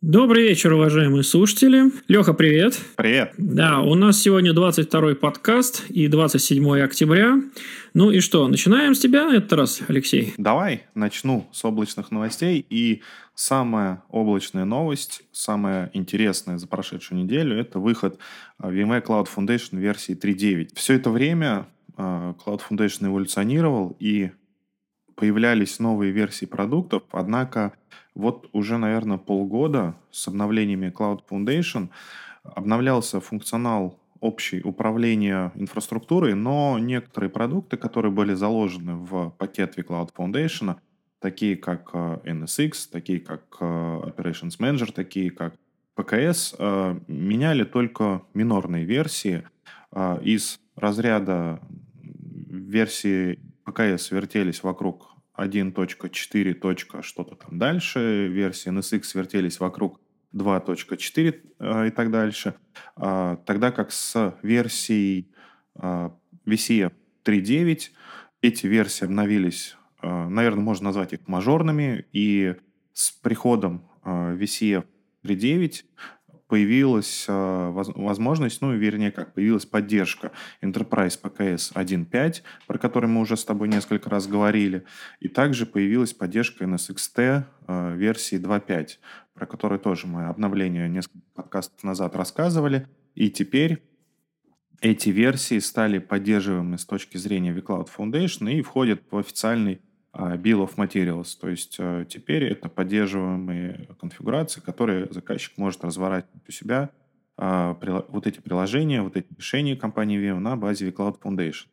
Добрый вечер, уважаемые слушатели. Леха, привет. Привет. Да, у нас сегодня 22-й подкаст и 27 октября. Ну и что, начинаем с тебя на этот раз, Алексей? Давай начну с облачных новостей. И самая облачная новость, самая интересная за прошедшую неделю, это выход VMware Cloud Foundation версии 3.9. Все это время Cloud Foundation эволюционировал, и появлялись новые версии продуктов, однако вот уже, наверное, полгода с обновлениями Cloud Foundation обновлялся функционал общий управления инфраструктурой, но некоторые продукты, которые были заложены в пакет vCloud Foundation, такие как NSX, такие как Operations Manager, такие как PKS, меняли только минорные версии из разряда версии PKS вертелись вокруг 1.4. Что-то там дальше, версии NSX вертелись вокруг 2.4 и так дальше. Тогда как с версией VCF 3.9 эти версии обновились, наверное, можно назвать их мажорными, и с приходом VCF 3.9 появилась возможность, ну, вернее, как, появилась поддержка Enterprise PKS 1.5, про который мы уже с тобой несколько раз говорили, и также появилась поддержка NSXT версии 2.5, про которую тоже мы обновление несколько подкастов назад рассказывали, и теперь эти версии стали поддерживаемыми с точки зрения vCloud Foundation и входят в официальный Bill of Materials. То есть теперь это поддерживаемые конфигурации, которые заказчик может разворачивать у себя вот эти приложения, вот эти решения компании VM на базе vCloud Foundation.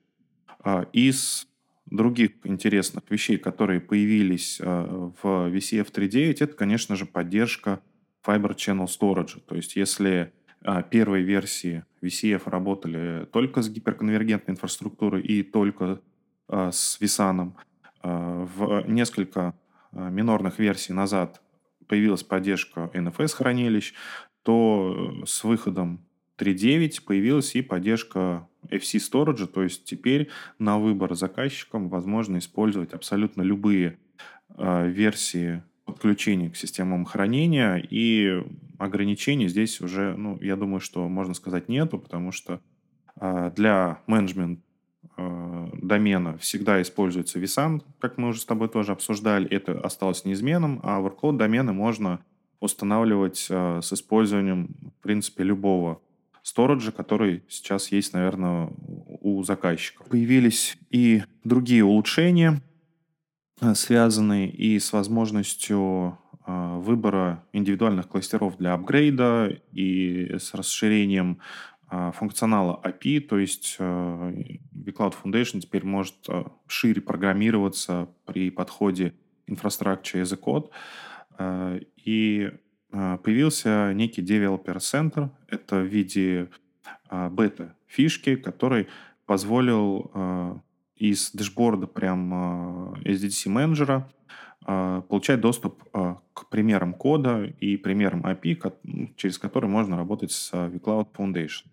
Из других интересных вещей, которые появились в VCF 3.9, это, конечно же, поддержка Fiber Channel Storage. То есть если первые версии VCF работали только с гиперконвергентной инфраструктурой и только с vSAN, в несколько минорных версий назад появилась поддержка NFS-хранилищ, то с выходом 3.9 появилась и поддержка FC Storage, то есть теперь на выбор заказчикам возможно использовать абсолютно любые версии подключения к системам хранения, и ограничений здесь уже, ну, я думаю, что можно сказать нету, потому что для менеджмента домена всегда используется vSAN, как мы уже с тобой тоже обсуждали, это осталось неизменным, а workload домены можно устанавливать с использованием, в принципе, любого сториджа, который сейчас есть, наверное, у заказчиков. Появились и другие улучшения, связанные и с возможностью выбора индивидуальных кластеров для апгрейда и с расширением функционала API, то есть vCloud Foundation теперь может шире программироваться при подходе Infrastructure as a Code. И появился некий Developer Center, это в виде бета-фишки, который позволил из дэшборда прям SDDC-менеджера получать доступ к примерам кода и примерам API, через которые можно работать с vCloud Foundation.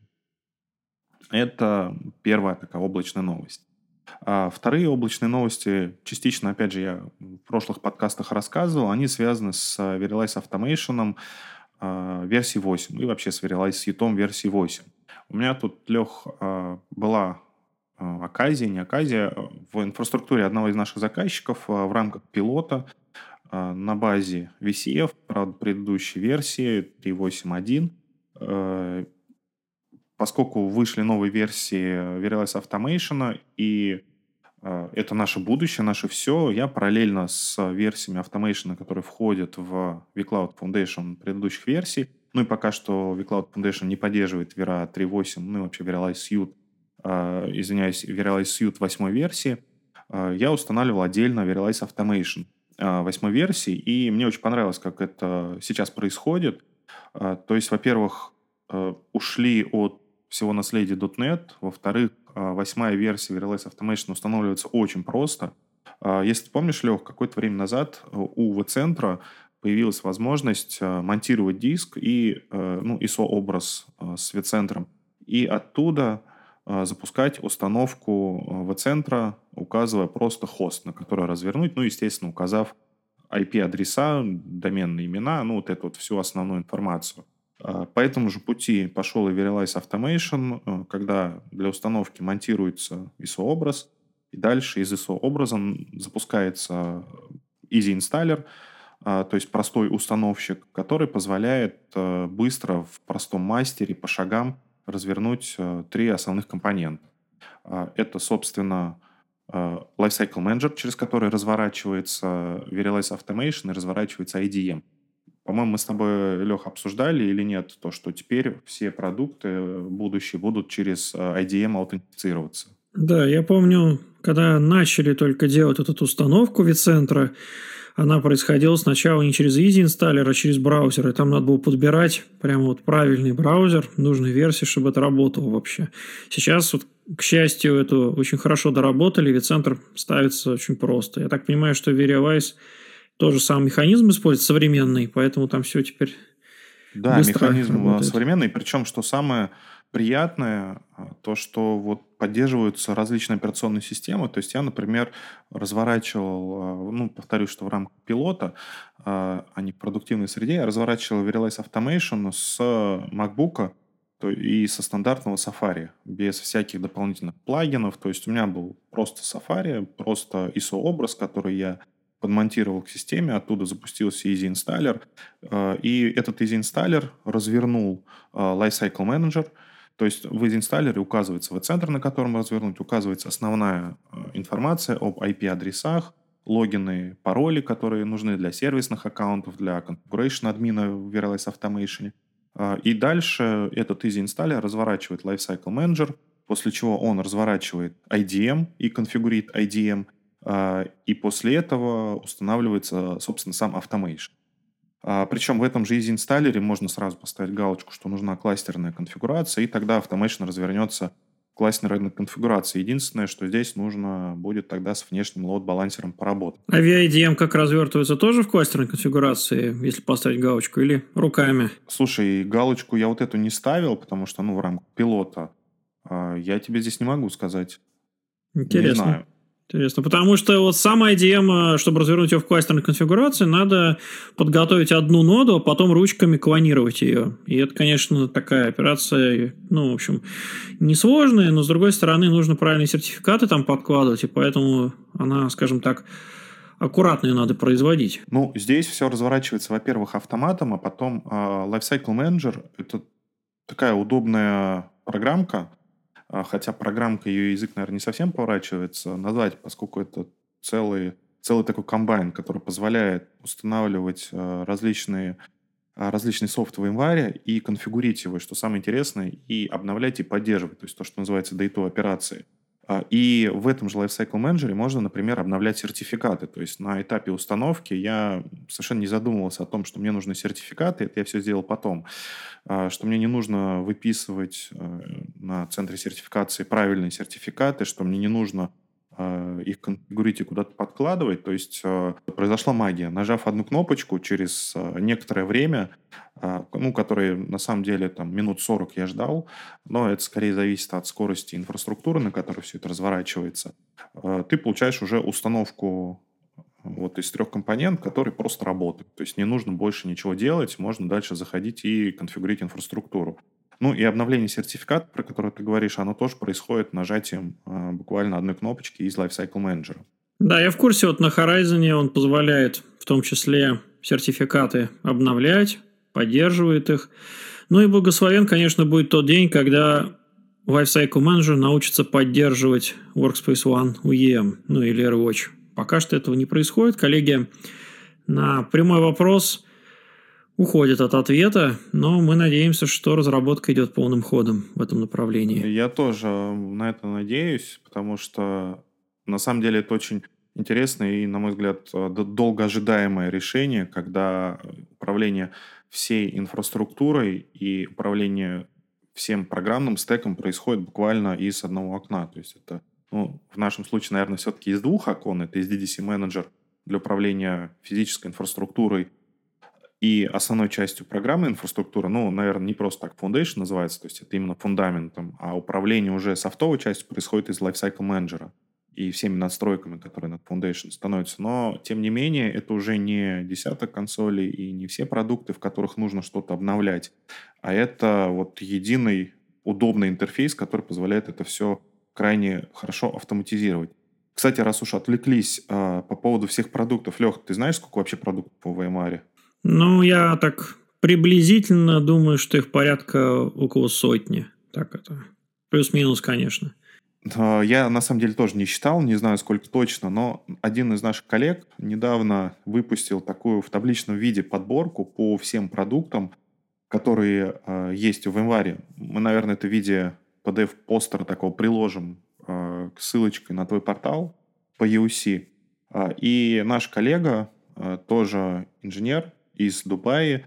Это первая такая облачная новость. Вторые облачные новости, частично, опять же, я в прошлых подкастах рассказывал, они связаны с Verialize Automation версии 8 и вообще с Verialize Suite версии 8. У меня тут, Лех, была оказия, не оказия, в инфраструктуре одного из наших заказчиков в рамках пилота на базе VCF, правда, предыдущей версии 3.8.1, поскольку вышли новые версии Verialize Automation, и это наше будущее, наше все, я параллельно с версиями Automation, которые входят в vCloud Foundation предыдущих версий, ну и пока что vCloud Foundation не поддерживает Vera 3.8, ну и вообще Verialize Suite, Verialize Suite 8 версии, я устанавливал отдельно Verialize Automation 8 версии, и мне очень понравилось, как это сейчас происходит. То есть, во-первых, ушли от всего наследия .NET. Во-вторых, 8-я версия Verialize Automation устанавливается очень просто. Если ты помнишь, Лех, какое-то время назад у vCenter появилась возможность монтировать диск и ISO-образ с vCenter, и оттуда запускать установку vCenter, указывая просто хост, на который развернуть, ну, естественно, указав IP-адреса, доменные имена, ну, вот эту вот всю основную информацию. По этому же пути пошел и Verialize Automation, когда для установки монтируется ISO-образ, и дальше из ISO-образа запускается Easy Installer, то есть простой установщик, который позволяет быстро в простом мастере по шагам развернуть 3 основных компонента. Это, собственно, Lifecycle Manager, через который разворачивается Verialize Automation и разворачивается IDM. По-моему, мы с тобой, Лех, обсуждали или нет то, что теперь все продукты будущие будут через IDM аутентифицироваться. Да, я помню, когда начали только делать эту установку vCenter, она происходила сначала не через Easy Installer, а через браузер. И там надо было подбирать прямо вот правильный браузер, нужной версии, чтобы это работало вообще. Сейчас, вот, к счастью, это очень хорошо доработали, vCenter ставится очень просто. Я так понимаю, что Verialize тоже сам механизм использует современный, поэтому там все теперь быстро механизм работает. современный. Причем, что самое приятное, то, что вот поддерживаются различные операционные системы. То есть я, например, разворачивал, повторюсь, что в рамках пилота, а не в продуктивной среде, я разворачивал Verialize Automation с MacBook и со стандартного Safari, без всяких дополнительных плагинов. То есть у меня был просто Safari, просто ISO-образ, который я подмонтировал к системе, оттуда запустился Easy Installer, и этот Easy Installer развернул Lifecycle Manager, то есть в Easy Installer указывается vCenter, на котором развернуть, указывается основная информация об IP-адресах, логины, пароли, которые нужны для сервисных аккаунтов, для configuration админа в Verialize Automation. И дальше этот Easy Installer разворачивает Lifecycle Manager, после чего он разворачивает IDM и конфигурит IDM, и после этого устанавливается, собственно, сам Automation. Причем в этом же Easy Installer можно сразу поставить галочку, что нужна кластерная конфигурация, и тогда Automation развернется в кластерной конфигурации. Единственное, что здесь нужно будет тогда с внешним лоуд-балансером поработать. А VIDM как развертывается тоже в кластерной конфигурации, если поставить галочку, или руками? Слушай, галочку я вот эту не ставил, потому что, в рамках пилота. Я тебе здесь не могу сказать. Интересно. Не знаю. Интересно, потому что вот сам IDM, чтобы развернуть ее в кластерной конфигурации, надо подготовить одну ноду, а потом ручками клонировать ее. И это, конечно, такая операция, в общем, несложная, но, с другой стороны, нужно правильные сертификаты там подкладывать, и поэтому она, скажем так, аккуратно ее надо производить. Здесь все разворачивается, во-первых, автоматом, а потом Lifecycle Manager – это такая удобная программка, хотя программка, ее язык, наверное, не совсем поворачивается назвать, поскольку это целый такой комбайн, который позволяет устанавливать различный софт в январе и конфигурить его, что самое интересное, и обновлять и поддерживать, то есть то, что называется day-to операции. И в этом же Lifecycle Manager можно, например, обновлять сертификаты. То есть на этапе установки я совершенно не задумывался о том, что мне нужны сертификаты. Это я все сделал потом. Что мне не нужно выписывать на центре сертификации правильные сертификаты, что мне не нужно их конфигурить и куда-то подкладывать. То есть произошла магия. Нажав одну кнопочку, через некоторое время, которое на самом деле там минут 40 я ждал, но это скорее зависит от скорости инфраструктуры, на которой все это разворачивается, ты получаешь уже установку вот из 3 компонентов, которые просто работают. То есть не нужно больше ничего делать, можно дальше заходить и конфигурировать инфраструктуру. И обновление сертификата, про который ты говоришь, оно тоже происходит нажатием буквально одной кнопочки из Lifecycle Manager. Да, я в курсе, вот на Horizon он позволяет в том числе сертификаты обновлять, поддерживает их. И благословен, конечно, будет тот день, когда Lifecycle Manager научится поддерживать Workspace ONE UEM, или AirWatch. Пока что этого не происходит. Коллеги на прямой вопрос уходят от ответа, но мы надеемся, что разработка идет полным ходом в этом направлении. Я тоже на это надеюсь, потому что на самом деле это очень интересное и, на мой взгляд, долго ожидаемое решение, когда управление всей инфраструктурой и управление всем программным стеком происходит буквально из одного окна. То есть это, в нашем случае, наверное, все-таки из 2 окон. Это из DDC Manager для управления физической инфраструктурой и основной частью программной инфраструктуры, наверное, не просто так Foundation называется, то есть это именно фундаментом, а управление уже софтовой частью происходит из Lifecycle Manager. и всеми настройками, которые над Foundation становятся. Но, тем не менее, это уже не десяток консолей и не все продукты, в которых нужно что-то обновлять, а это вот единый удобный интерфейс, который позволяет это все крайне хорошо автоматизировать. Кстати, раз уж отвлеклись по поводу всех продуктов, Лех, ты знаешь, сколько вообще продуктов по VMware? Ну, я так приблизительно думаю, что их порядка около сотни. Так это. Плюс-минус, конечно. Я на самом деле тоже не считал, не знаю сколько точно, но один из наших коллег недавно выпустил такую в табличном виде подборку по всем продуктам, которые есть в VMware. Мы, наверное, это в виде PDF-постера такого приложим ссылочкой на твой портал по UC. И наш коллега, тоже инженер из Дубая,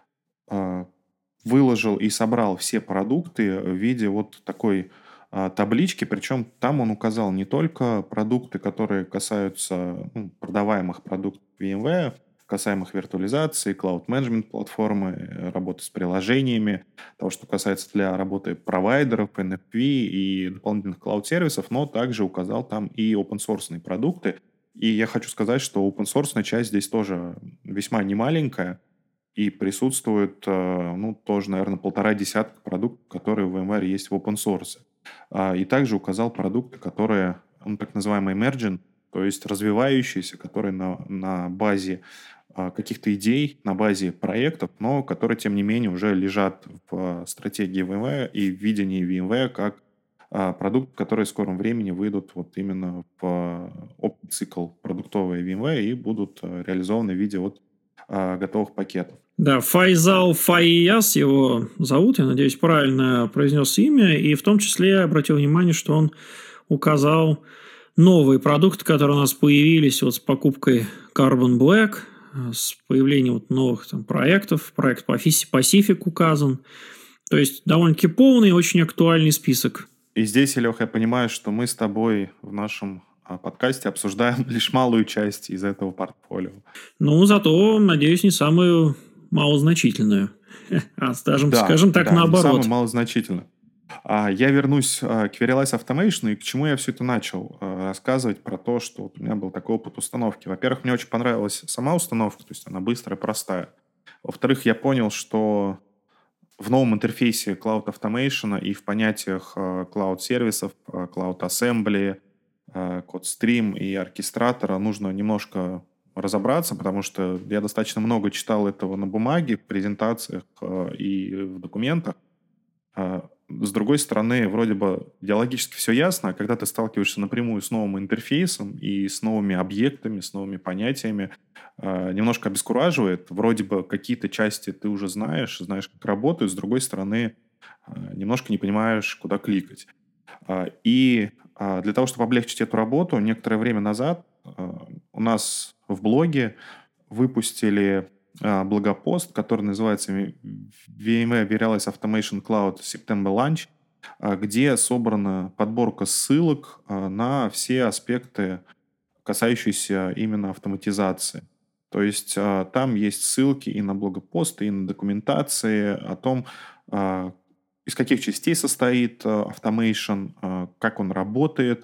выложил и собрал все продукты в виде вот такой таблички, причем там он указал не только продукты, которые касаются продаваемых продуктов VMware, касаемых виртуализации, cloud-менеджмент платформы, работы с приложениями, того, что касается для работы провайдеров, NFV и дополнительных cloud-сервисов, но также указал там и open-source продукты. И я хочу сказать, что open-source часть здесь тоже весьма немаленькая, и присутствует, тоже, наверное, 1,5 десятка продуктов, которые в VMware есть в open source. И также указал продукты, которые, так называемые emergent, то есть развивающиеся, которые на базе каких-то идей, на базе проектов, но которые, тем не менее, уже лежат в стратегии VMware и в видении VMware как продукты, которые в скором времени выйдут вот именно в общий цикл продуктовые VMware и будут реализованы в виде вот готовых пакетов. Да, Файзал Файяс его зовут, я надеюсь, правильно произнес имя, и в том числе я обратил внимание, что он указал новые продукты, которые у нас появились вот с покупкой Carbon Black, с появлением вот новых там проектов, проект Pacific указан. То есть довольно-таки полный и очень актуальный список. И здесь, Леха, я понимаю, что мы с тобой в нашем подкасте обсуждаем лишь малую часть из этого портфолио. Ну, зато, надеюсь, не самую малозначительную. Скажем так, наоборот. Не самую малозначительную. Я вернусь к Verialize Automation, и к чему я все это начал рассказывать про то, что вот у меня был такой опыт установки. Во-первых, мне очень понравилась сама установка, то есть она быстрая, простая. Во-вторых, я понял, что в новом интерфейсе Cloud Automation и в понятиях Cloud-сервисов, Cloud Assembly, CodeStream и оркестратора нужно немножко разобраться, потому что я достаточно много читал этого на бумаге, в презентациях и в документах. С другой стороны, вроде бы идеологически все ясно, а когда ты сталкиваешься напрямую с новым интерфейсом и с новыми объектами, с новыми понятиями, немножко обескураживает. Вроде бы какие-то части ты уже знаешь, как работают, с другой стороны, немножко не понимаешь, куда кликать. И для того, чтобы облегчить эту работу, некоторое время назад у нас в блоге выпустили блогопост, который называется VMware Verialize Automation Cloud September Launch, где собрана подборка ссылок на все аспекты, касающиеся именно автоматизации. То есть там есть ссылки и на блогопосты, и на документации о том, из каких частей состоит Automation, как он работает,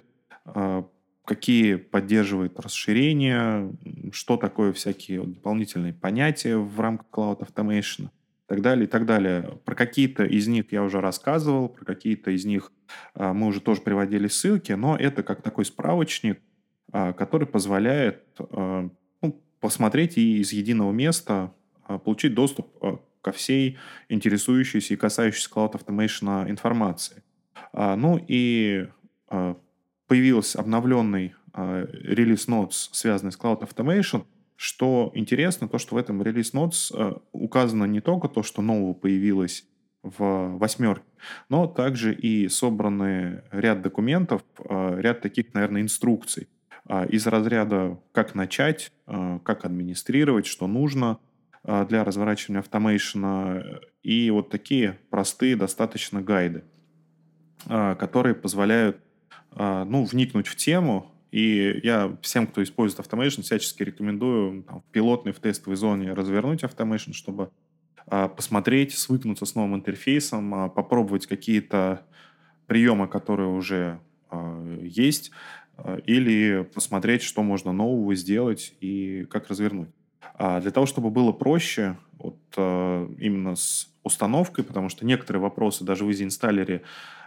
какие поддерживает расширения, что такое всякие дополнительные понятия в рамках Cloud Automation и так далее, и так далее. Про какие-то из них я уже рассказывал, про какие-то из них мы уже тоже приводили ссылки, но это как такой справочник, который позволяет посмотреть и из единого места получить доступ ко всей интересующейся и касающейся Cloud Automation информации. Появился обновленный релиз Notes, связанный с Cloud Automation. Что интересно, то, что в этом релиз Notes указано не только то, что нового появилось в 8, но также и собраны ряд документов, ряд таких, наверное, инструкций из разряда «как начать», «как администрировать», что нужно для разворачивания Automation, и вот такие простые достаточно гайды, которые позволяют вникнуть в тему. И я всем, кто использует Automation, всячески рекомендую в пилотной, в тестовой зоне развернуть Automation, чтобы посмотреть, свыкнуться с новым интерфейсом, попробовать какие-то приемы, которые уже есть, или посмотреть, что можно нового сделать и как развернуть. Для того, чтобы было проще именно с установкой, потому что некоторые вопросы даже в EasyInstaller'е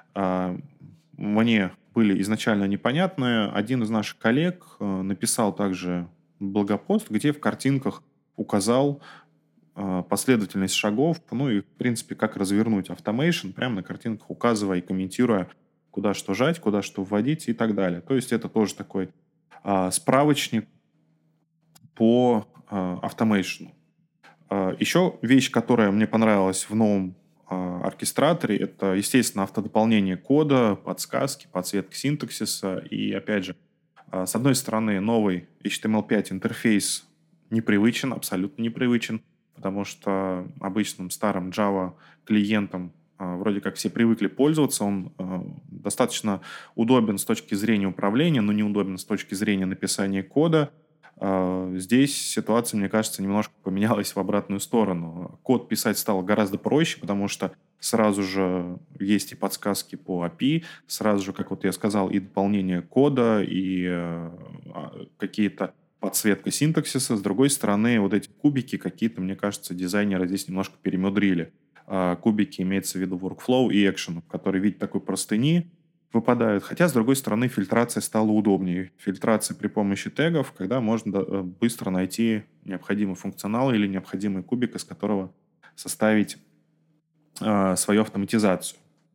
мне были изначально непонятны. Один из наших коллег написал также блогопост, где в картинках указал последовательность шагов, ну и, в принципе, как развернуть automation, прямо на картинках указывая и комментируя, куда что жать, куда что вводить и так далее. То есть это тоже такой справочник по automation. Еще вещь, которая мне понравилась в новом оркестраторе, это, естественно, автодополнение кода, подсказки, подсветка синтаксиса. И, опять же, с одной стороны, новый HTML5 интерфейс непривычен, абсолютно непривычен, потому что обычным старым Java клиентом вроде как все привыкли пользоваться. Он достаточно удобен с точки зрения управления, но неудобен с точки зрения написания кода. Здесь ситуация, мне кажется, немножко поменялась в обратную сторону. Код писать стало гораздо проще, потому что сразу же есть и подсказки по API, сразу же, как вот я сказал, и дополнение кода, и какие-то подсветка синтаксиса. С другой стороны, вот эти кубики какие-то, мне кажется, дизайнеры здесь немножко перемудрили. Кубики имеется в виду workflow и action, которые в виде такой простыни выпадают. Хотя, с другой стороны, фильтрация стала удобнее. Фильтрация при помощи тегов, когда можно быстро найти необходимый функционал или необходимый кубик, из которого составить свою автоматизацию.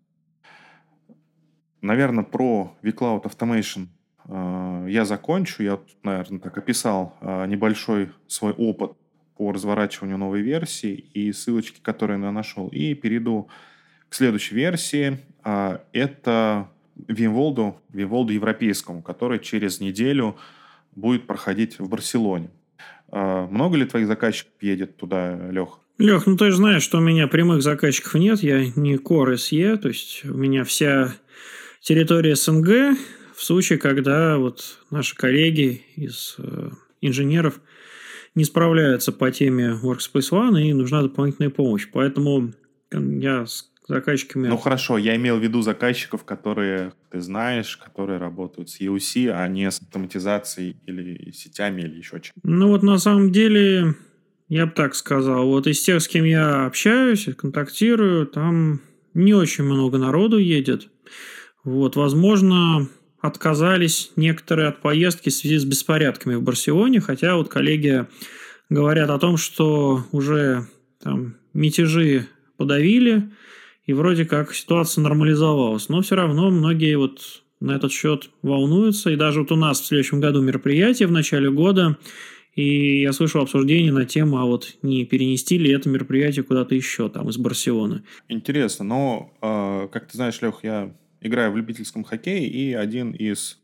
Наверное, про vCloud Automation я закончу. Я, наверное, так описал небольшой свой опыт по разворачиванию новой версии и ссылочки, которые я нашел. И перейду к следующей версии. Это VMworld европейскому, который через неделю будет проходить в Барселоне. Много ли твоих заказчиков едет туда, Лех? Лех, ну ты же знаешь, что у меня прямых заказчиков нет, я не Core SE, то есть у меня вся территория СНГ, в случае, когда вот наши коллеги из инженеров не справляются по теме Workspace ONE и нужна дополнительная помощь. Поэтому я с заказчиками... Ну хорошо, я имел в виду заказчиков, которые ты знаешь, которые работают с EUC, а не с автоматизацией или сетями или еще чем-то. Ну вот на самом деле, я бы так сказал, вот из тех, с кем я общаюсь, контактирую, там не очень много народу едет. Вот, возможно, отказались некоторые от поездки в связи с беспорядками в Барселоне, хотя вот коллеги говорят о том, что уже там мятежи подавили, и вроде как ситуация нормализовалась. Но все равно многие вот на этот счет волнуются. И даже вот у нас в следующем году мероприятие в начале года, и я слышал обсуждение на тему, а вот не перенести ли это мероприятие куда-то еще, там, из Барселоны. Интересно, но, как ты знаешь, Лех, я играю в любительском хоккее, и один из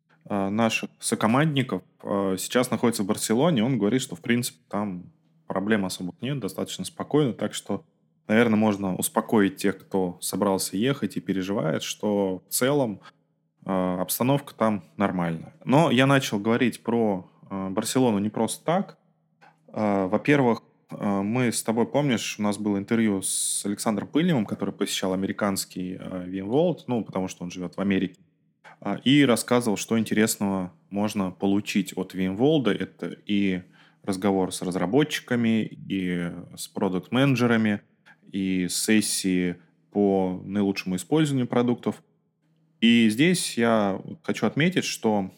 наших сокомандников сейчас находится в Барселоне. Он говорит, что, в принципе, там проблем особых нет, достаточно спокойно. Так что, наверное, можно успокоить тех, кто собрался ехать и переживает, что в целом обстановка там нормальная. Но я начал говорить про Барселону не просто так. Во-первых, мы с тобой, помнишь, у нас было интервью с Александром Пыльневым, который посещал американский VMworld, ну, потому что он живет в Америке, и рассказывал, что интересного можно получить от VMworld. Это и разговор с разработчиками, и с продакт-менеджерами, и сессии по наилучшему использованию продуктов. И здесь я хочу отметить, что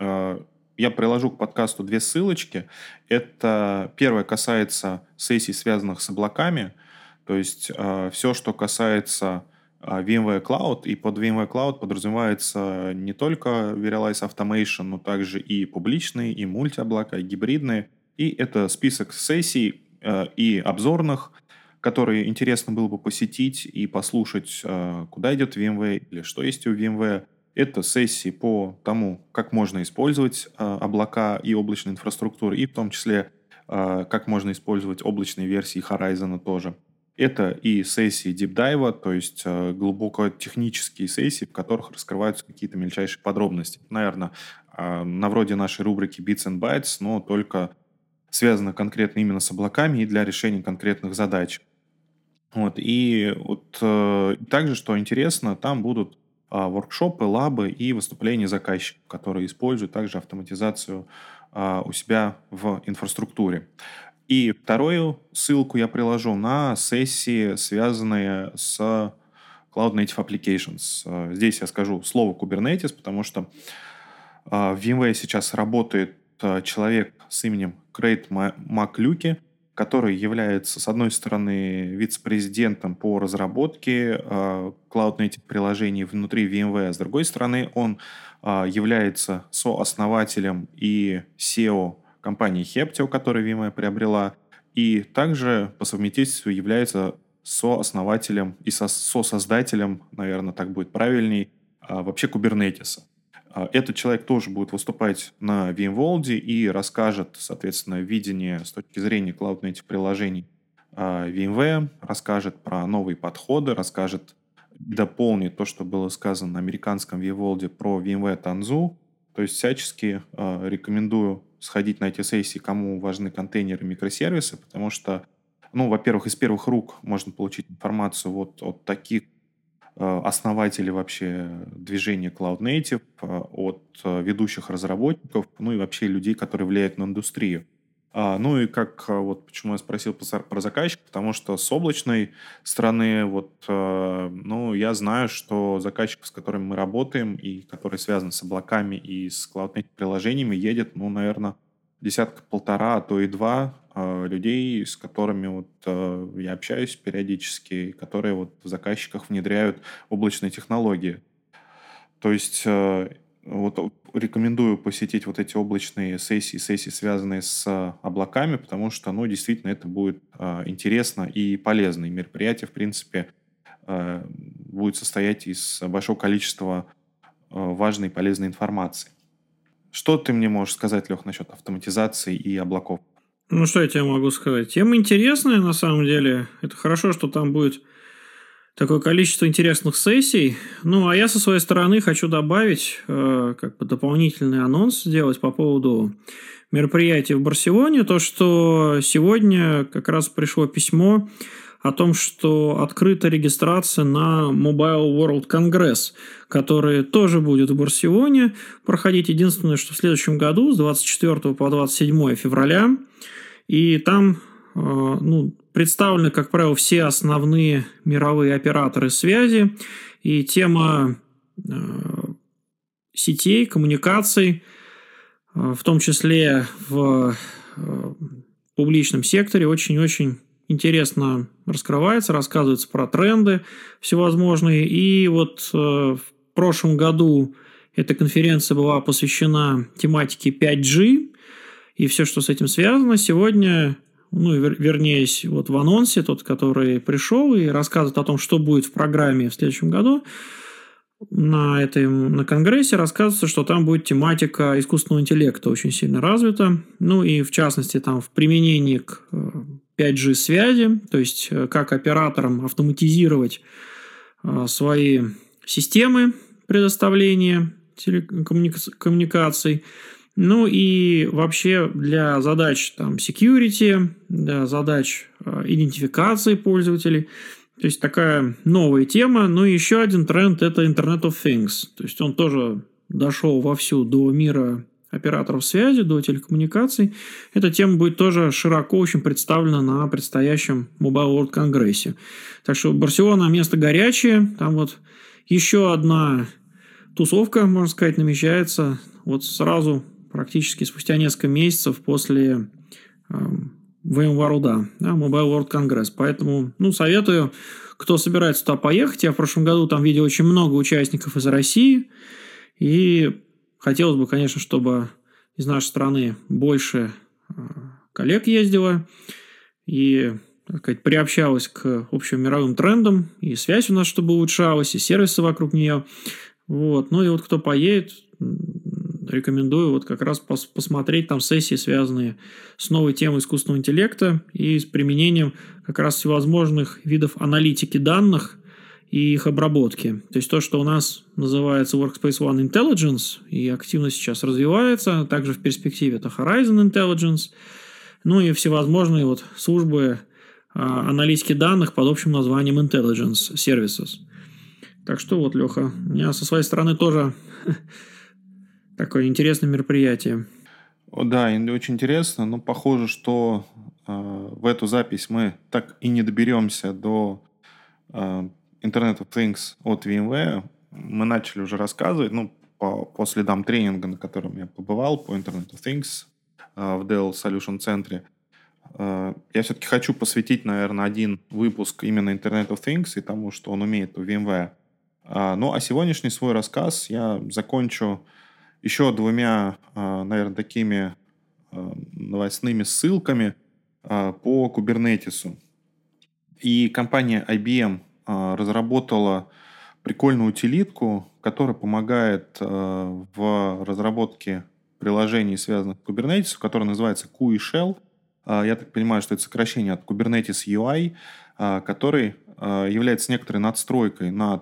я приложу к подкасту 2 ссылочки. Это первое касается сессий, связанных с облаками. То есть все, что касается VMware Cloud. И под VMware Cloud подразумевается не только Verialize Automation, но также и публичные, и мультиоблака, и гибридные. И это список сессий и обзорных, которые интересно было бы посетить и послушать, куда идет VMware или что есть у VMware. Это сессии по тому, как можно использовать облака и облачную инфраструктуру, и в том числе, как можно использовать облачные версии Horizon тоже. Это и сессии Deep Dive, то есть глубоко технические сессии, в которых раскрываются какие-то мельчайшие подробности. Наверное, на вроде нашей рубрики Bits and Bytes, но только связано конкретно именно с облаками и для решения конкретных задач. Вот. И вот также, что интересно, там будут воркшопы, лабы и выступления заказчиков, которые используют также автоматизацию у себя в инфраструктуре. И вторую ссылку я приложу на сессии, связанные с Cloud Native Applications. Здесь я скажу слово Kubernetes, потому что в VMware сейчас работает человек с именем Крейг Маклюки, который является, с одной стороны, вице-президентом по разработке Cloud Native приложений внутри VMware, с другой стороны, он является сооснователем и SEO компании Heptio, которую VMware приобрела, и также по совместительству является сооснователем и сосоздателем, наверное, так будет правильней, вообще Kubernetes. Этот человек тоже будет выступать на VMworld и расскажет, соответственно, видение с точки зрения Cloud Native приложений VMware, расскажет про новые подходы, расскажет, дополнит то, что было сказано на американском VMworld про VMware Tanzu. То есть всячески рекомендую сходить на эти сессии, кому важны контейнеры и микросервисы, потому что, во-первых, из первых рук можно получить информацию вот от таких основателей вообще движения Cloud Native, от ведущих разработчиков, и вообще людей, которые влияют на индустрию. И почему я спросил про заказчиков, потому что с облачной стороны, я знаю, что заказчиков, с которыми мы работаем и которые связаны с облаками и с Cloud Native приложениями, едет, наверное, десятка-полтора, а то и два людей, с которыми я общаюсь периодически, которые в заказчиках внедряют облачные технологии. То есть рекомендую посетить эти облачные сессии, связанные с облаками, потому что, действительно, это будет интересно и полезно. И мероприятие, в принципе, будет состоять из большого количества важной и полезной информации. Что ты мне можешь сказать, Лех, насчет автоматизации и облаков? Что я тебе могу сказать? Тема интересная, на самом деле. Это хорошо, что там будет такое количество интересных сессий. А я со своей стороны хочу добавить дополнительный анонс сделать по поводу мероприятия в Барселоне. То, что сегодня как раз пришло письмо о том, что открыта регистрация на Mobile World Congress, который тоже будет в Барселоне проходить. Единственное, что в следующем году с 24 по 27 февраля. И там представлены, как правило, все основные мировые операторы связи. И тема сетей, коммуникаций, в том числе в публичном секторе, очень-очень интересно раскрывается, рассказывается про тренды всевозможные. И в прошлом году эта конференция была посвящена тематике 5G и все, что с этим связано. Сегодня, в анонсе, тот, который пришел и рассказывает о том, что будет в программе в следующем году, на конгрессе рассказывается, что там будет тематика искусственного интеллекта очень сильно развита. И в частности, там в применении к 5G связи, то есть как операторам автоматизировать свои системы предоставления телекоммуникаций. И вообще для задач security, для задач идентификации пользователей. То есть такая новая тема. И еще один тренд – это Internet of Things. То есть он тоже дошел вовсю до мира операторов связи, до телекоммуникаций. Эта тема будет тоже широко очень представлена на предстоящем Mobile World Конгрессе. Так что Барселона – место горячее. Там еще одна тусовка, можно сказать, намечается сразу, практически спустя несколько месяцев после VMworld, Mobile World Congress. Поэтому советую, кто собирается туда поехать. Я в прошлом году там видел очень много участников из России. И хотелось бы, конечно, чтобы из нашей страны больше коллег ездило и, так сказать, приобщалось к общим мировым трендам. И связь у нас чтобы улучшалась, и сервисы вокруг нее. Кто поедет, рекомендую как раз посмотреть там сессии, связанные с новой темой искусственного интеллекта и с применением как раз всевозможных видов аналитики данных и их обработки. То есть то, что у нас называется Workspace ONE Intelligence и активно сейчас развивается, также в перспективе это Horizon Intelligence, и всевозможные службы аналитики данных под общим названием Intelligence Services. Так что вот, Леха, у меня со своей стороны тоже такое интересное мероприятие. Да, и очень интересно, но похоже, что в эту запись мы так и не доберемся до Internet of Things от VMware. Мы начали уже рассказывать, по следам тренинга, на котором я побывал, по Internet of Things в Dell Solution Center. Я все-таки хочу посвятить, наверное, один выпуск именно Internet of Things и тому, что он умеет у VMware. А сегодняшний свой рассказ я закончу еще двумя, наверное, такими новостными ссылками по Kubernetes. И компания IBM разработала прикольную утилитку, которая помогает в разработке приложений, связанных с Kubernetes, которая называется QE Shell. Я так понимаю, что это сокращение от Kubernetes UI, который является некоторой надстройкой над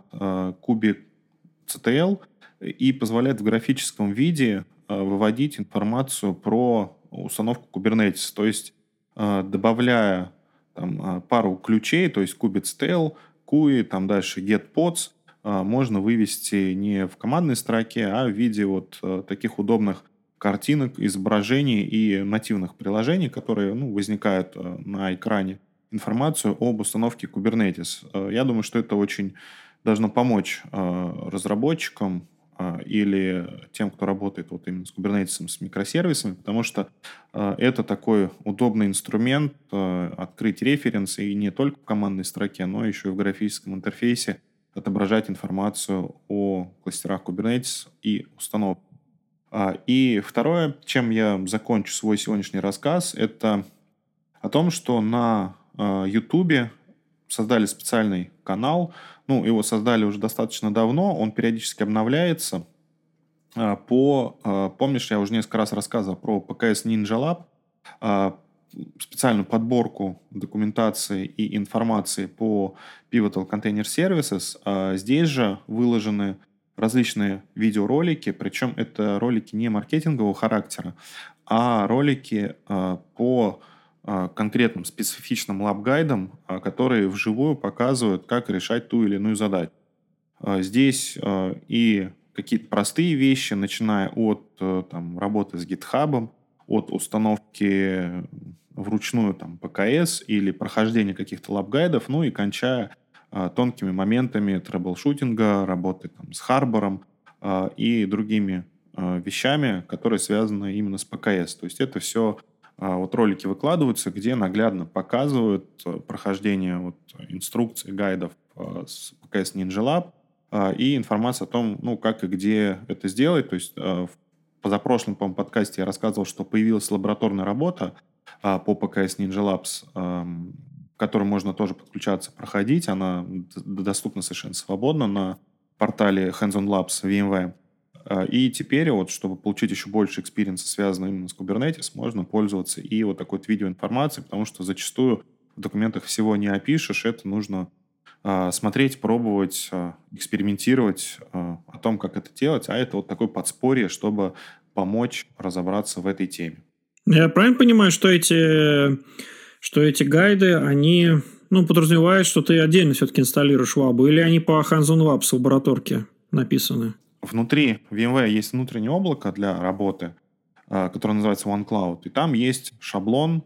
kubectl и позволяет в графическом виде выводить информацию про установку Kubernetes. То есть добавляя пару ключей, то есть kubectl, QE, там дальше getPods, можно вывести не в командной строке, а в виде вот таких удобных картинок, изображений и нативных приложений, которые возникают на экране, информацию об установке Kubernetes. Я думаю, что это очень должно помочь разработчикам или тем, кто работает вот именно с Kubernetes, с микросервисами, потому что это такой удобный инструмент открыть референс и не только в командной строке, но еще и в графическом интерфейсе отображать информацию о кластерах Kubernetes и установках. И второе, чем я закончу свой сегодняшний рассказ, это о том, что на YouTube создали специальный канал. Его создали уже достаточно давно, он периодически обновляется. Помнишь, я уже несколько раз рассказывал про PKS Ninja Lab, специальную подборку документации и информации по Pivotal Container Services. Здесь же выложены различные видеоролики, причем это ролики не маркетингового характера, а ролики по конкретным специфичным лаб-гайдам, которые вживую показывают, как решать ту или иную задачу. Здесь и какие-то простые вещи, начиная от работы с GitHub, от установки вручную ПКС или прохождения каких-то лаб-гайдов, и кончая тонкими моментами трэблшутинга, работы с Харбором и другими вещами, которые связаны именно с ПКС. То есть это все ролики выкладываются, где наглядно показывают прохождение инструкций, гайдов с PKS Ninja Lab и информация о том, как и где это сделать. То есть в позапрошлом, по-моему, подкасте я рассказывал, что появилась лабораторная работа по PKS Ninja Labs, к которой можно тоже подключаться, проходить. Она доступна совершенно свободно на портале Hands on Labs VMware. И теперь, чтобы получить еще больше экспириенса, связанного именно с Kubernetes, можно пользоваться и такой видеоинформацией, потому что зачастую в документах всего не опишешь. Это нужно смотреть, пробовать, экспериментировать о том, как это делать. А это такое подспорье, чтобы помочь разобраться в этой теме. Я правильно понимаю, что эти гайды, они подразумевают, что ты отдельно все-таки инсталируешь лабу, или они по Hands on Labs в лабораторке написаны? Внутри VMware есть внутреннее облако для работы, которое называется OneCloud. И там есть шаблон,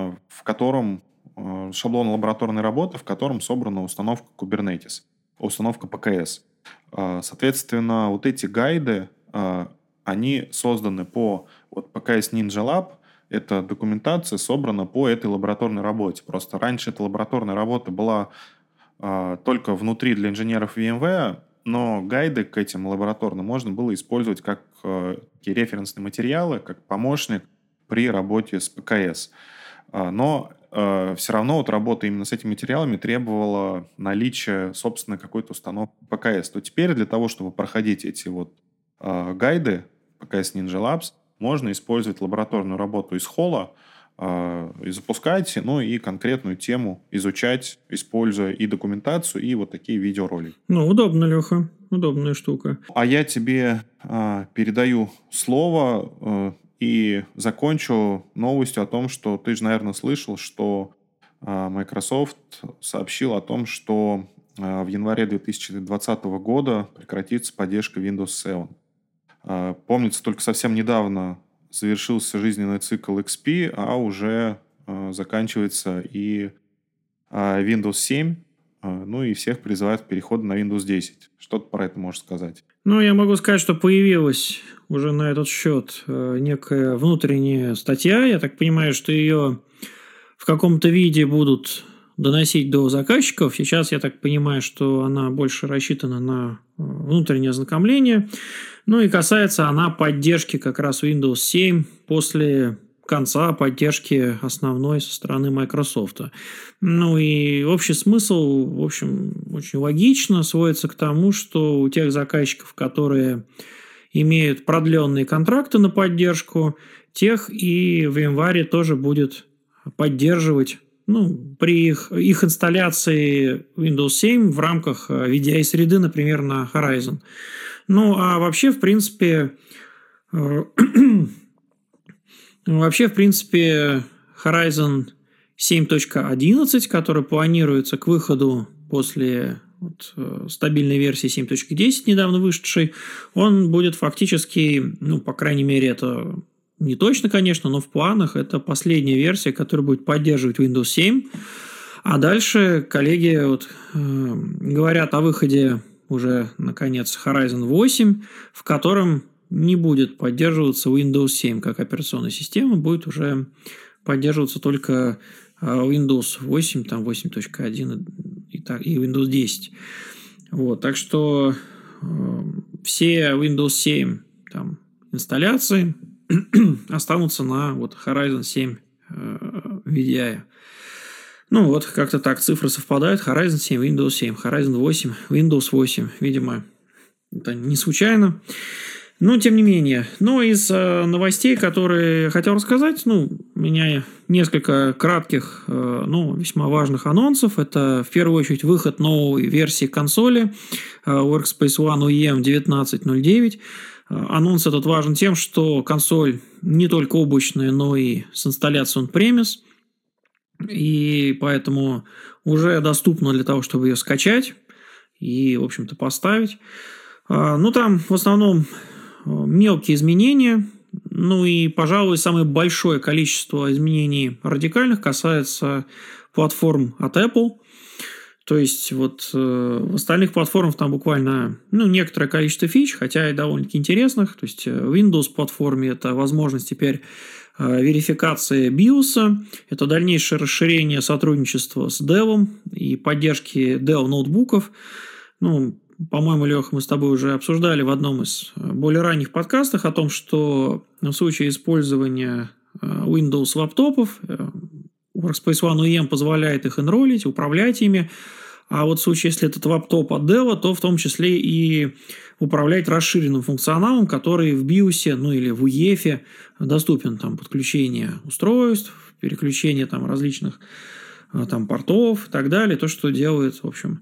шаблон лабораторной работы, в котором собрана установка Kubernetes, установка ПКС. Соответственно, эти гайды, они созданы по PKS Ninja Lab. Эта документация собрана по этой лабораторной работе. Просто раньше эта лабораторная работа была только внутри для инженеров VMware, но гайды к этим лабораторным можно было использовать как такие референсные материалы, как помощник при работе с ПКС. Но все равно работа именно с этими материалами требовала наличия собственной какой-то установки ПКС. То теперь для того, чтобы проходить эти гайды PKS Ninja Labs, можно использовать лабораторную работу из холла, и запускать, и конкретную тему изучать, используя и документацию, и такие видеоролики. Удобно, Леха. Удобная штука. А я тебе передаю слово и закончу новостью о том, что ты же, наверное, слышал, что Microsoft сообщил о том, что в январе 2020 года прекратится поддержка Windows 7. Помнится, только совсем недавно завершился жизненный цикл XP, а уже заканчивается и Windows 7, ну и всех призывают к переходу на Windows 10. Что ты про это можешь сказать? Ну, я могу сказать, что появилась уже на этот счет некая внутренняя статья. Я так понимаю, что ее в каком-то виде будут доносить до заказчиков. Сейчас я так понимаю, что она больше рассчитана на внутреннее ознакомление. Ну и касается она поддержки как раз Windows 7 после конца поддержки основной со стороны Microsoft. Ну и общий смысл, в общем, очень логично сводится к тому, что у тех заказчиков, которые имеют продленные контракты на поддержку, тех и в январе тоже будет поддерживать, ну, при их инсталляции Windows 7 в рамках VDI-среды, например, на Horizon. Ну, а вообще, в принципе, Horizon 7.11, который планируется к выходу после стабильной версии 7.10, недавно вышедшей, он будет фактически, ну, по крайней мере, это не точно, конечно, но в планах это последняя версия, которая будет поддерживать Windows 7. А дальше коллеги говорят о выходе уже, наконец, Horizon 8, в котором не будет поддерживаться Windows 7 как операционная система, будет уже поддерживаться только Windows 8, там 8.1 и Windows 10. Вот, так что все Windows 7 там, инсталляции останутся на Horizon 7 VDI. Ну вот, как-то так цифры совпадают. Horizon 7, Windows 7, Horizon 8, Windows 8. Видимо, это не случайно. Но, тем не менее, из новостей, которые я хотел рассказать, у меня несколько кратких, весьма важных анонсов. Это, в первую очередь, выход новой версии консоли Workspace ONE UEM 19.09. Анонс этот важен тем, что консоль не только облачная, но и с инсталляцией on-premise. И поэтому уже доступно для того, чтобы ее скачать и, в общем-то, поставить. Там в основном мелкие изменения. И, пожалуй, самое большое количество изменений радикальных касается платформ от Apple. То есть, в остальных платформах там буквально некоторое количество фич, хотя и довольно-таки интересных. То есть, в Windows-платформе это возможность теперь верификации BIOS, это дальнейшее расширение сотрудничества с Dell и поддержки Dell-ноутбуков. По-моему, Леха, мы с тобой уже обсуждали в одном из более ранних подкастов о том, что в случае использования Windows лаптопов Workspace ONE UEM позволяет их энролить, управлять ими. А в случае, если этот лаптоп от Dell, то в том числе и управлять расширенным функционалом, который в BIOS, или в UEFI доступен. Там подключение устройств, переключение различных портов и так далее. То, что делает, в общем,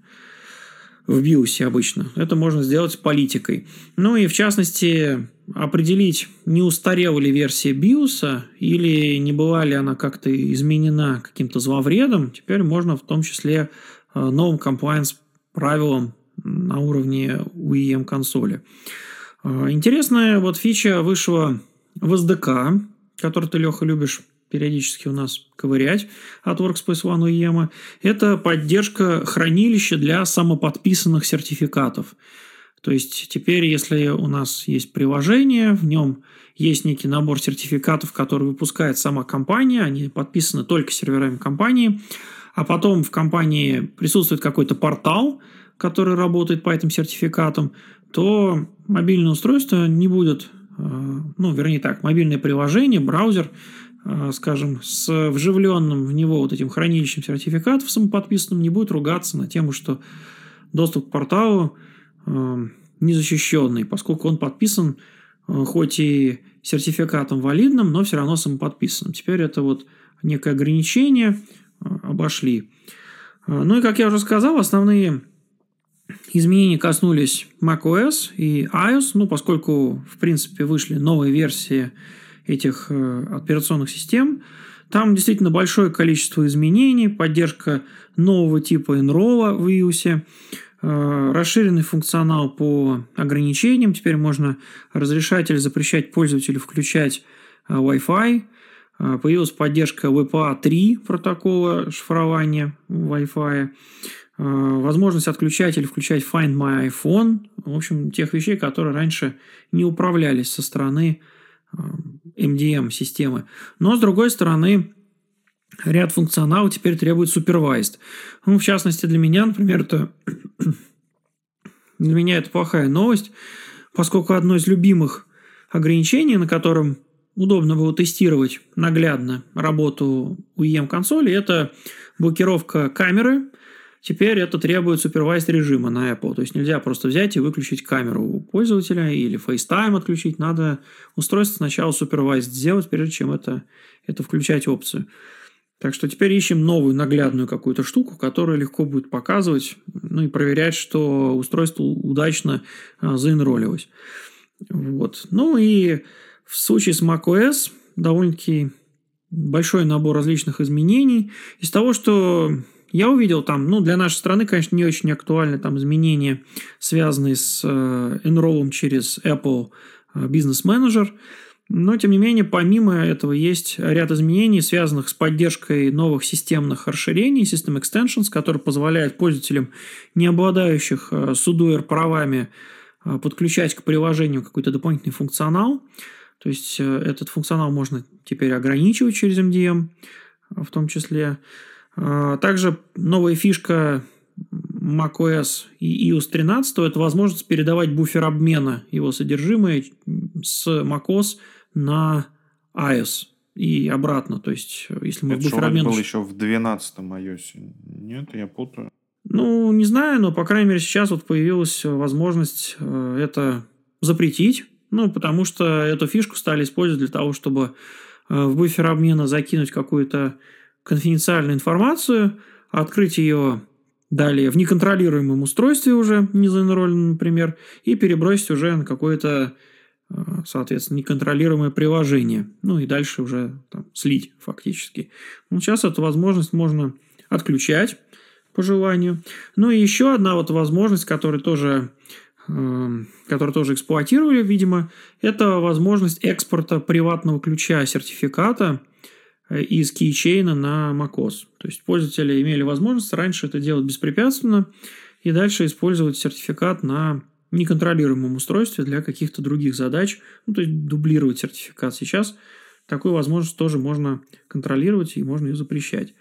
в BIOS обычно. Это можно сделать политикой. И, в частности, определить, не устарела ли версия BIOS или не была ли она как-то изменена каким-то зловредом, теперь можно в том числе новым compliance-правилам на уровне UEM-консоли. Интересная фича вышла в SDK, который ты, Леха, любишь периодически у нас ковырять от Workspace ONE UEM. Это поддержка хранилища для самоподписанных сертификатов. То есть теперь, если у нас есть приложение, в нем есть некий набор сертификатов, который выпускает сама компания, они подписаны только серверами компании, а потом в компании присутствует какой-то портал, который работает по этим сертификатам, то мобильное устройство не будет, мобильное приложение, браузер, скажем, с вживленным в него этим хранилищем сертификатов самоподписанным не будет ругаться на тему, что доступ к порталу незащищенный, поскольку он подписан хоть и сертификатом валидным, но все равно самоподписанным. Теперь это некое ограничение обошли. И, как я уже сказал, основные изменения коснулись macOS и iOS, поскольку, в принципе, вышли новые версии этих операционных систем, Там действительно большое количество изменений, поддержка нового типа enroll в iOS, расширенный функционал по ограничениям. Теперь можно разрешать или запрещать пользователю включать Wi-Fi. Появилась поддержка WPA 3 протокола шифрования Wi-Fi. Возможность отключать или включать Find My iPhone. В общем, тех вещей, которые раньше не управлялись со стороны MDM-системы. Но, с другой стороны, ряд функционалов теперь требует supervised. В частности, для меня, например, это плохая новость, поскольку одно из любимых ограничений, на котором удобно было тестировать наглядно работу UEM-консоли, это блокировка камеры. Теперь это требует supervised режима на Apple. То есть нельзя просто взять и выключить камеру у пользователя или FaceTime отключить. Надо устройство сначала supervised сделать, прежде чем это включать опцию. Так что теперь ищем новую наглядную какую-то штуку, которая легко будет показывать, и проверять, что устройство удачно заэнролилось. Вот. И в случае с macOS довольно-таки большой набор различных изменений. Из того, что я увидел там, для нашей страны, конечно, не очень актуальны там изменения, связанные с enroll через Apple Business Manager. Но, тем не менее, помимо этого есть ряд изменений, связанных с поддержкой новых системных расширений, System Extensions, которые позволяют пользователям, не обладающих SUDOER правами, подключать к приложению какой-то дополнительный функционал. То есть этот функционал можно теперь ограничивать через MDM в том числе. Также новая фишка macOS и iOS 13 – это возможность передавать буфер обмена его содержимое с macOS на iOS и обратно. То есть, если мы буфер обмена... был еще в 12-м iOS. Нет, я путаю. Не знаю, но, по крайней мере, сейчас появилась возможность это запретить. Потому что эту фишку стали использовать для того, чтобы в буфер обмена закинуть какую-то конфиденциальную информацию, открыть ее далее в неконтролируемом устройстве уже, не заэнролленном, например, и перебросить уже на какое-то, соответственно, неконтролируемое приложение. И дальше уже слить фактически. Сейчас эту возможность можно отключать по желанию. И еще одна возможность, которую тоже эксплуатировали, видимо, это возможность экспорта приватного ключа сертификата из кейчейна на macOS. То есть пользователи имели возможность раньше это делать беспрепятственно и дальше использовать сертификат на неконтролируемом устройстве для каких-то других задач, то есть дублировать сертификат. Сейчас такую возможность тоже можно контролировать и можно ее запрещать.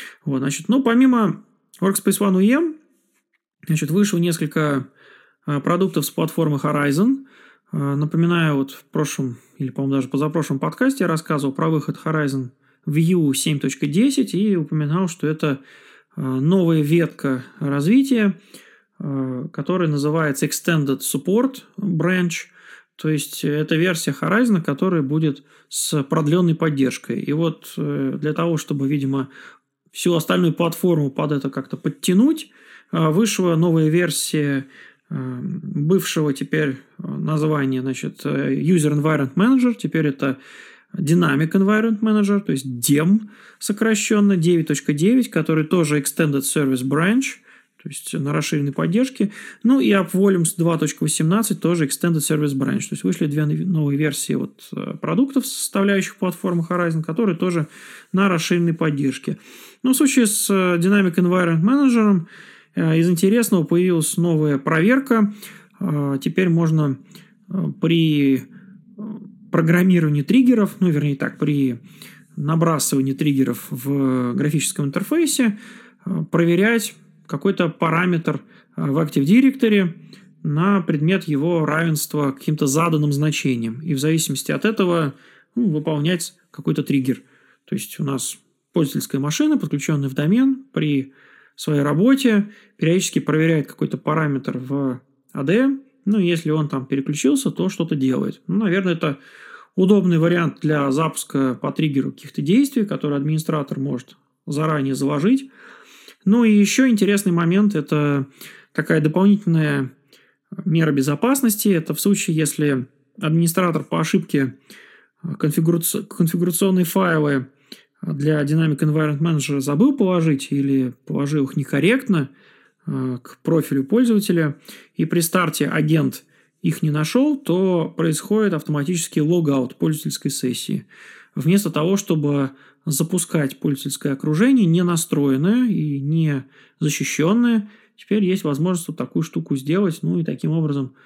Помимо Workspace ONE UEM, вышло несколько продуктов с платформы Horizon. Напоминаю, в прошлом, или, по-моему, даже позапрошлом подкасте я рассказывал про выход Horizon View 7.10 и упоминал, что это новая ветка развития, которая называется Extended Support Branch. То есть это версия Horizon, которая будет с продленной поддержкой. И для того, чтобы, видимо, всю остальную платформу под это как-то подтянуть, вышла новая версия бывшего теперь названия, User Environment Manager. Теперь это Dynamic Environment Manager, то есть DEM сокращенно, 9.9, который тоже Extended Service Branch, то есть на расширенной поддержке. И AppVolumes 2.18 тоже Extended Service Branch. То есть вышли две новые версии продуктов, составляющих платформу Horizon, которые тоже на расширенной поддержке. В случае с Dynamic Environment Manager из интересного появилась новая проверка. Теперь можно при программировании триггеров, при набрасывании триггеров в графическом интерфейсе проверять какой-то параметр в Active Directory на предмет его равенства каким-то заданным значением. И в зависимости от этого выполнять какой-то триггер. То есть у нас пользовательская машина, подключенная в домен, при своей работе периодически проверяет какой-то параметр в AD. Если он там переключился, то что-то делает. Наверное, это удобный вариант для запуска по триггеру каких-то действий, которые администратор может заранее заложить. И еще интересный момент – это такая дополнительная мера безопасности. Это в случае, если администратор по ошибке конфигурационные файлы для Dynamic Environment Manager забыл положить или положил их некорректно к профилю пользователя, и при старте агент их не нашел, то происходит автоматический логаут пользовательской сессии. Вместо того, чтобы запускать пользовательское окружение не настроенное и не защищенное, теперь есть возможность вот такую штуку сделать, ну и таким образом,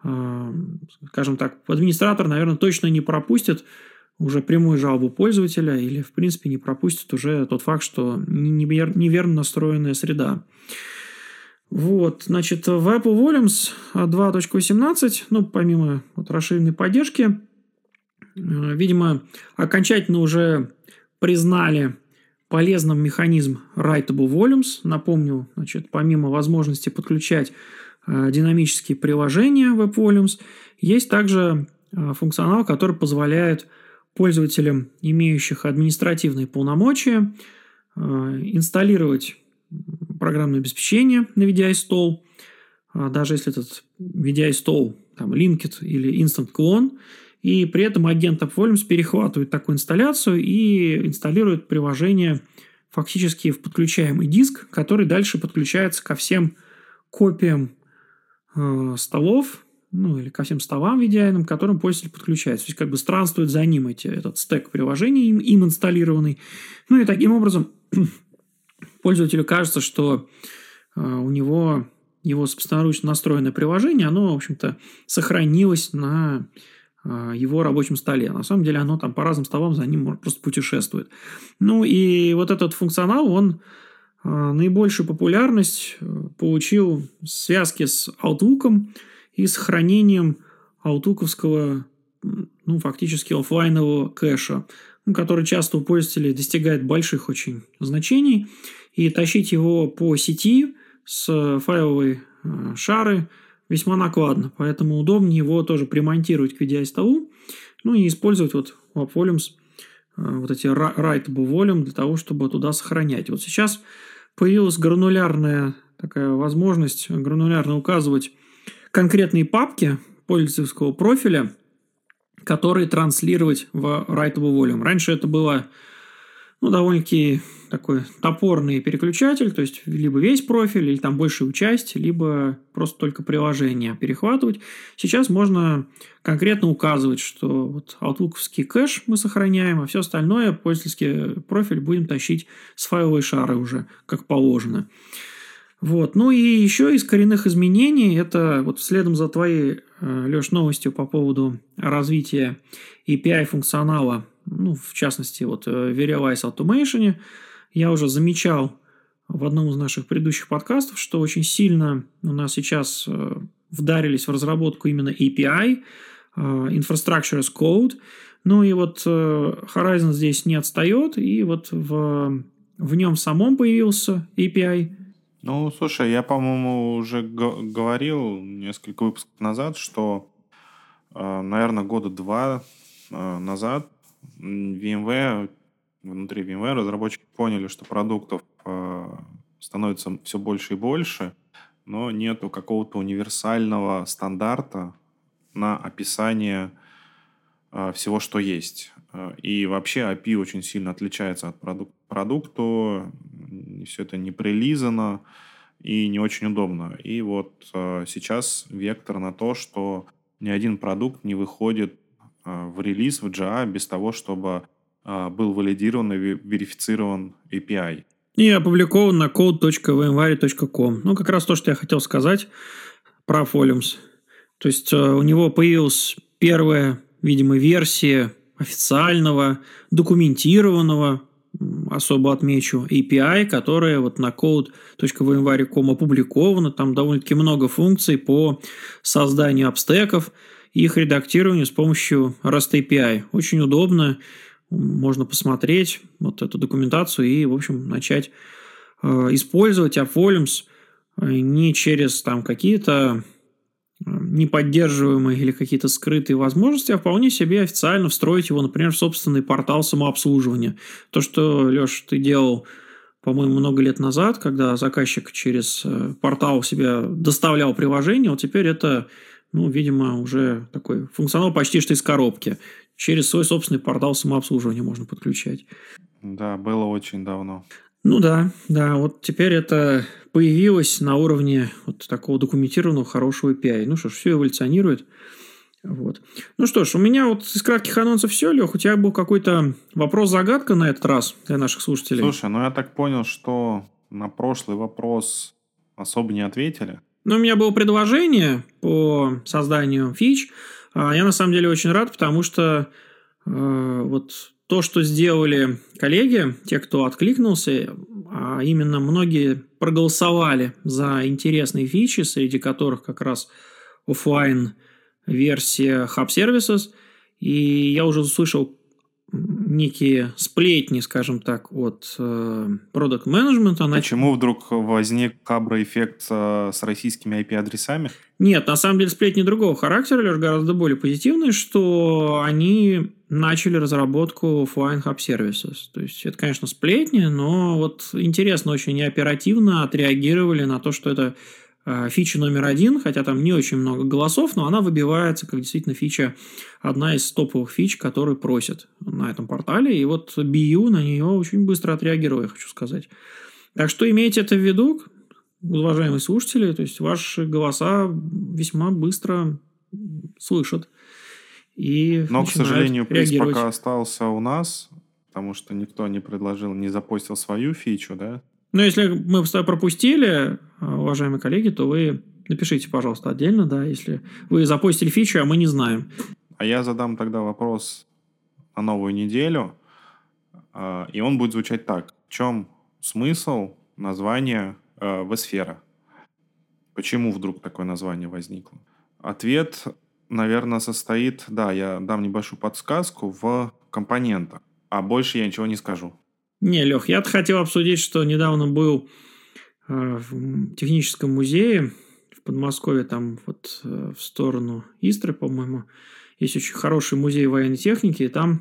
скажем так, администратор, наверное, точно не пропустит уже прямую жалобу пользователя или, в принципе, не пропустит уже тот факт, что неверно настроенная среда. Вот, значит, в Apple Volumes 2.18, ну, помимо вот расширенной поддержки, видимо, окончательно уже признали полезным механизм Writable Volumes. Напомню, значит, помимо возможности подключать динамические приложения в App Volumes, есть также функционал, который позволяет пользователям, имеющих административные полномочия, инсталлировать программное обеспечение на VDI-стол, даже если этот VDI-стол там linked или instant clone, и при этом агент App Volumes перехватывает такую инсталляцию и инсталирует приложение фактически в подключаемый диск, который дальше подключается ко всем копиям столов, ну или ко всем столам VDI, к которым пользователь подключается. То есть как бы странствует за ним этот стек приложений, им инсталлированный. Ну и таким образом пользователю кажется, что у него его собственноручно настроенное приложение, оно, в общем-то, сохранилось на его рабочем столе. На самом деле оно там по разным столам за ним просто путешествует. Ну и вот этот функционал, он наибольшую популярность получил в связке с Outlook и сохранением аутлуковского, ну, фактически офлайнового кэша, который часто у пользователей достигает больших очень значений, и тащить его по сети с файловой шары весьма накладно, поэтому удобнее его тоже примонтировать к VDI-столу, ну и использовать вот в App Volumes вот эти writable volume для того, чтобы туда сохранять. Вот сейчас появилась гранулярная такая возможность гранулярно указывать конкретные папки пользовательского профиля, которые транслировать в writable volume. Раньше это было довольно-таки такой топорный переключатель, то есть либо весь профиль, или там большую часть, либо просто только приложение перехватывать. Сейчас можно конкретно указывать, что вот аутлуковский кэш мы сохраняем, а все остальное пользовательский профиль будем тащить с файловой шары уже, как положено. Вот. Ну и еще из коренных изменений, это вот следом за твоей, Леш, новостью по поводу развития API-функционала, ну, в частности, вот в Verialize Automation, я уже замечал в одном из наших предыдущих подкастов, что очень сильно у нас сейчас вдарились в разработку именно API, Infrastructure as Code. Ну и вот Horizon здесь не отстает, и вот в нем самом появился API. Ну, слушай, я, по-моему, уже говорил несколько выпусков назад, что, наверное, года 2 назад VMware, внутри VMware разработчики поняли, что продуктов становится все больше и больше, но нету какого-то универсального стандарта на описание всего, что есть. И вообще API очень сильно отличается от продукту, все это не прилизано и не очень удобно. И вот сейчас вектор на то, что ни один продукт не выходит в релиз в GA без того, чтобы был валидирован и верифицирован API. И опубликован на code.vmware.com. Ну, как раз то, что я хотел сказать про Volumes. То есть у него появилась первая, видимо, версия официального, документированного, особо отмечу, API, которая вот на code.vmware.com опубликована. Там довольно-таки много функций по созданию апстеков и их редактированию с помощью REST API. Очень удобно. Можно посмотреть вот эту документацию и, в общем, начать использовать App Volumes не через там какие-то неподдерживаемые или какие-то скрытые возможности, а вполне себе официально встроить его, например, в собственный портал самообслуживания. То, что, Леш, ты делал, по-моему, много лет назад, когда заказчик через портал себе доставлял приложение, вот теперь это ну, видимо, уже такой функционал почти что из коробки. Через свой собственный портал самообслуживания можно подключать. Да, было очень давно. Ну да, вот теперь это появилось на уровне вот такого документированного хорошего API. Ну что ж, все эволюционирует. Вот. Ну что ж, у меня вот из кратких анонсов все, Лех, у тебя был какой-то вопрос-загадка на этот раз для наших слушателей? Слушай, ну я так понял, что на прошлый вопрос особо не ответили. Ну, у меня было предложение по созданию фич. Я на самом деле очень рад, потому что вот то, что сделали коллеги, те, кто откликнулся, а именно многие проголосовали за интересные фичи, среди которых как раз офлайн версия Hub Services. И я уже услышал некие сплетни, скажем так, от Product Management. Почему вдруг возник кабра-эффект с российскими IP-адресами? Нет, на самом деле сплетни другого характера, лишь гораздо более позитивные, что они начали разработку Offline Hub Services. То есть это, конечно, сплетни, но вот интересно, очень оперативно отреагировали на то, что это фича номер 1, хотя там не очень много голосов, но она выбивается как действительно фича, одна из топовых фич, которые просят на этом портале. И вот BU на нее очень быстро отреагировал, я хочу сказать. Так что имейте это в виду, уважаемые слушатели, то есть ваши голоса весьма быстро слышат. Но, к сожалению, приз пока остался у нас, потому что никто не предложил, не запостил свою фичу, да? Но если мы с тобой пропустили, уважаемые коллеги, то вы напишите, пожалуйста, отдельно, да, если вы запостили фичу, а мы не знаем. А я задам тогда вопрос на новую неделю, и он будет звучать так. В чем смысл названия vSphere? Почему вдруг такое название возникло? Ответ, наверное, состоит, да, я дам небольшую подсказку, в компонентах, а больше я ничего не скажу. Не, Лех, я-то хотел обсудить, что недавно был в техническом музее в Подмосковье, там вот в сторону Истры, по-моему, есть очень хороший музей военной техники, и там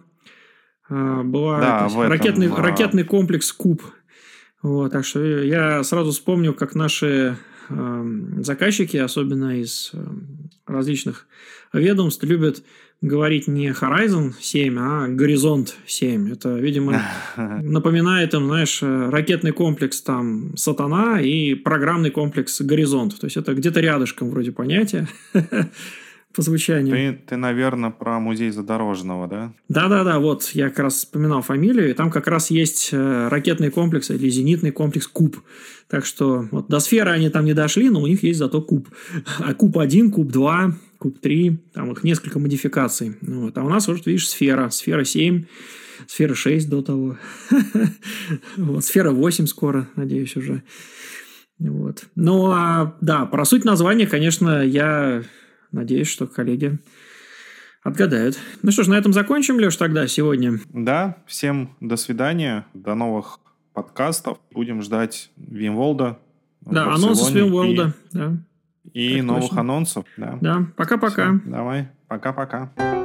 была ракетный комплекс «Куб». Вот, так что я сразу вспомнил, как наши заказчики, особенно из различных ведомств, любят говорить не Horizon 7, а Горизонт 7. Это, видимо, напоминает им, знаешь, ракетный комплекс там Сатана и программный комплекс Горизонт. То есть это где-то рядышком вроде понятия по звучанию. Ты, наверное, про музей Задорожного, да? Да, вот я как раз вспоминал фамилию, и там как раз есть ракетный комплекс или зенитный комплекс Куб. Так что вот до сферы они там не дошли, но у них есть зато Куб. А Куб 1, Куб 2, Куб 3, там их несколько модификаций. Вот. А у нас, вот видишь, сфера 7, сфера 6 до того. Вот, сфера 8 скоро, надеюсь, уже. Вот. Ну, да, про суть названия, конечно, я надеюсь, что коллеги отгадают. Ну что ж, на этом закончим, Леш, тогда сегодня. Да, всем до свидания, до новых подкастов. Будем ждать VMworld. Да, анонсы с VMworld, да. И новых анонсов. Да, пока-пока. Все, давай, пока-пока.